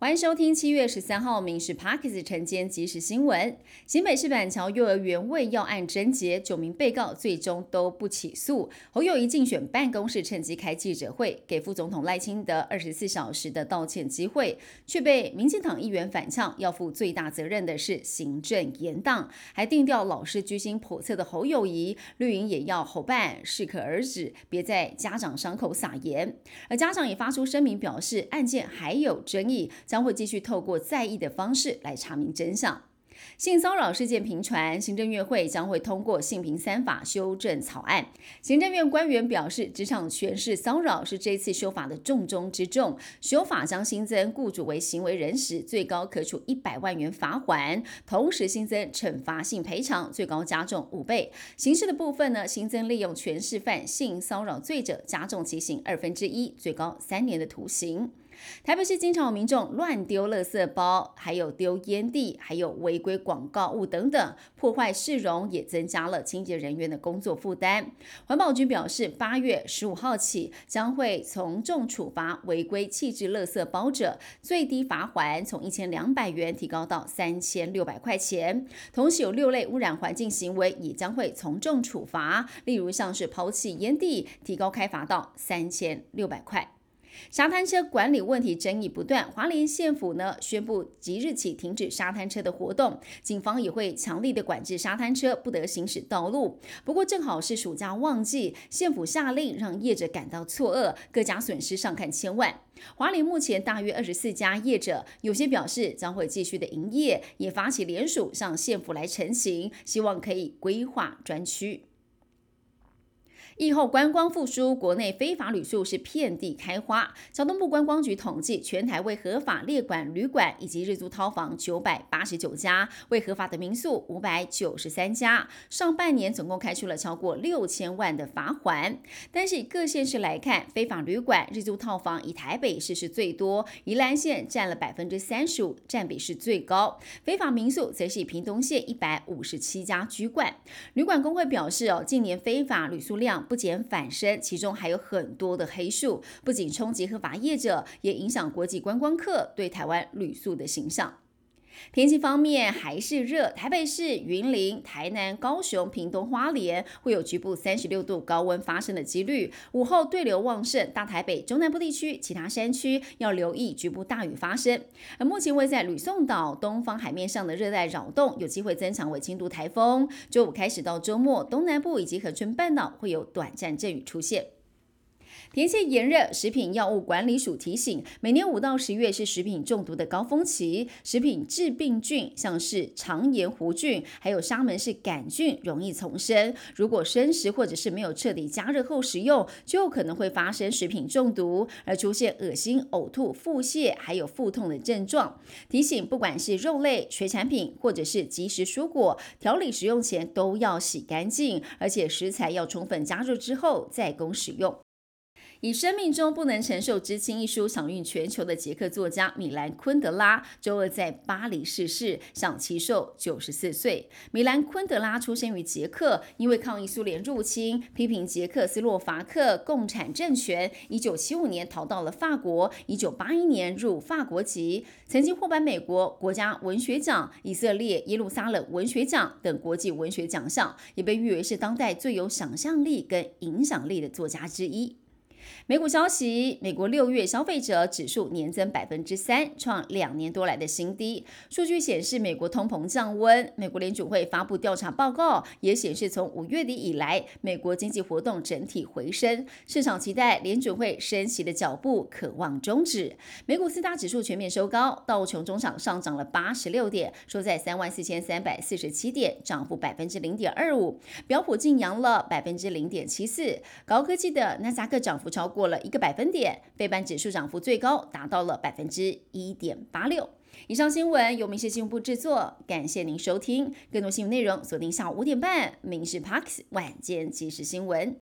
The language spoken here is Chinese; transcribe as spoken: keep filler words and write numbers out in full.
欢迎收听七月十三号民事 Parkes 晨间即时新闻。新北市板桥幼儿园为要案侦结，九名被告最终都不起诉。侯友宜竞选办公室趁机开记者会，给副总统赖清德二十四小时的道歉机会，却被民进党议员反呛，要负最大责任的是行政严当，还定调老师居心叵测的侯友宜，绿营也要侯办适可而止，别在家长伤口撒盐。而家长也发出声明表示，案件还有争议，将会继续透过在意的方式来查明真相。性骚扰事件频传，行政院会将会通过性平三法修正草案。行政院官员表示，职场权势骚扰是这次修法的重中之重。修法将新增雇主为行为人时，最高可处一百万元罚锾，同时新增惩罚性赔偿，最高加重五倍。刑事的部分呢，新增利用权势犯性骚扰罪者，加重其刑二分之一，最高三年的徒刑。台北市经常有民众乱丢垃圾包，还有丢烟蒂，还有违规广告物等等，破坏市容，也增加了清洁人员的工作负担。环保局表示，八月十五号起将会从重处罚违规弃置垃圾包者，最低罚锾从一千两百元提高到三千六百块钱。同时有六类污染环境行为也将会从重处罚，例如像是抛弃烟蒂，提高开罚到三千六百块。沙滩车管理问题争议不断，花莲县府呢宣布即日起停止沙滩车的活动，警方也会强力的管制沙滩车不得行驶道路。不过正好是暑假旺季，县府下令让业者感到错愕，各家损失上看千万。花莲目前大约二十四家业者，有些表示将会继续的营业，也发起联署向县府来陈情，希望可以规划专区。疫后观光复苏，国内非法旅宿是遍地开花。交通部观光局统计，全台未合法列管旅馆以及日租套房九百八十九家，未合法的民宿五百九十三家。上半年总共开出了超过六千万的罚锾。但是以各县市来看，非法旅馆、日租套房以台北市是最多，宜兰县占了百分之三十五，占比是最高。非法民宿则是以屏东县一百五十七家居冠。旅馆工会表示，哦，近年非法旅宿量不减反升，其中还有很多的黑数，不仅冲击合法业者，也影响国际观光客对台湾旅宿的形象。天气方面还是热，台北市、云林、台南、高雄、屏东、花莲会有局部三十六度高温发生的几率。午后对流旺盛，大台北、中南部地区、其他山区要留意局部大雨发生。而目前位在吕宋岛东方海面上的热带扰动，有机会增强为轻度台风。周五开始到周末，东南部以及恒春半岛会有短暂阵雨出现。天气炎热，食品药物管理署提醒，每年五到十月是食品中毒的高峰期，食品致病菌像是肠炎弧菌，还有沙门氏杆菌容易丛生。如果生食或者是没有彻底加热后食用，就有可能会发生食品中毒，而出现恶心、呕吐、腹泻，还有腹痛的症状。提醒，不管是肉类、水产品或者是即食蔬果，调理食用前都要洗干净，而且食材要充分加热之后再供使用。以生命中不能承受之轻一书享誉全球的捷克作家米兰昆德拉，周二在巴黎逝世，享其寿九十四岁。米兰昆德拉出生于捷克，因为抗议苏联入侵，批评捷克斯洛伐克共产政权，一九七五年逃到了法国，一九八一年入法国籍，曾经获颁美国国家文学奖、以色列耶路撒冷文学奖等国际文学奖项，也被誉为是当代最有想象力跟影响力的作家之一。美股消息，美国六月消费者指数年增百分之三，创两年多来的新低。数据显示，美国通膨降温。美国联储会发布调查报告，也显示从五月底以来，美国经济活动整体回升。市场期待联储会升息的脚步可望终止。美股四大指数全面收高，道琼中场上涨了八十六点，收在三万四千三百四十七点，涨幅百分之零点二五。标普净扬了百分之零点七四。高科技的纳斯达克涨幅超过了一个百分点，费半指数涨幅最高达到了百分之一点八六。以上新闻由民事新闻部制作，感谢您收听。更多新闻内容锁定下午五点半，民事 Parkes 晚间即时新闻。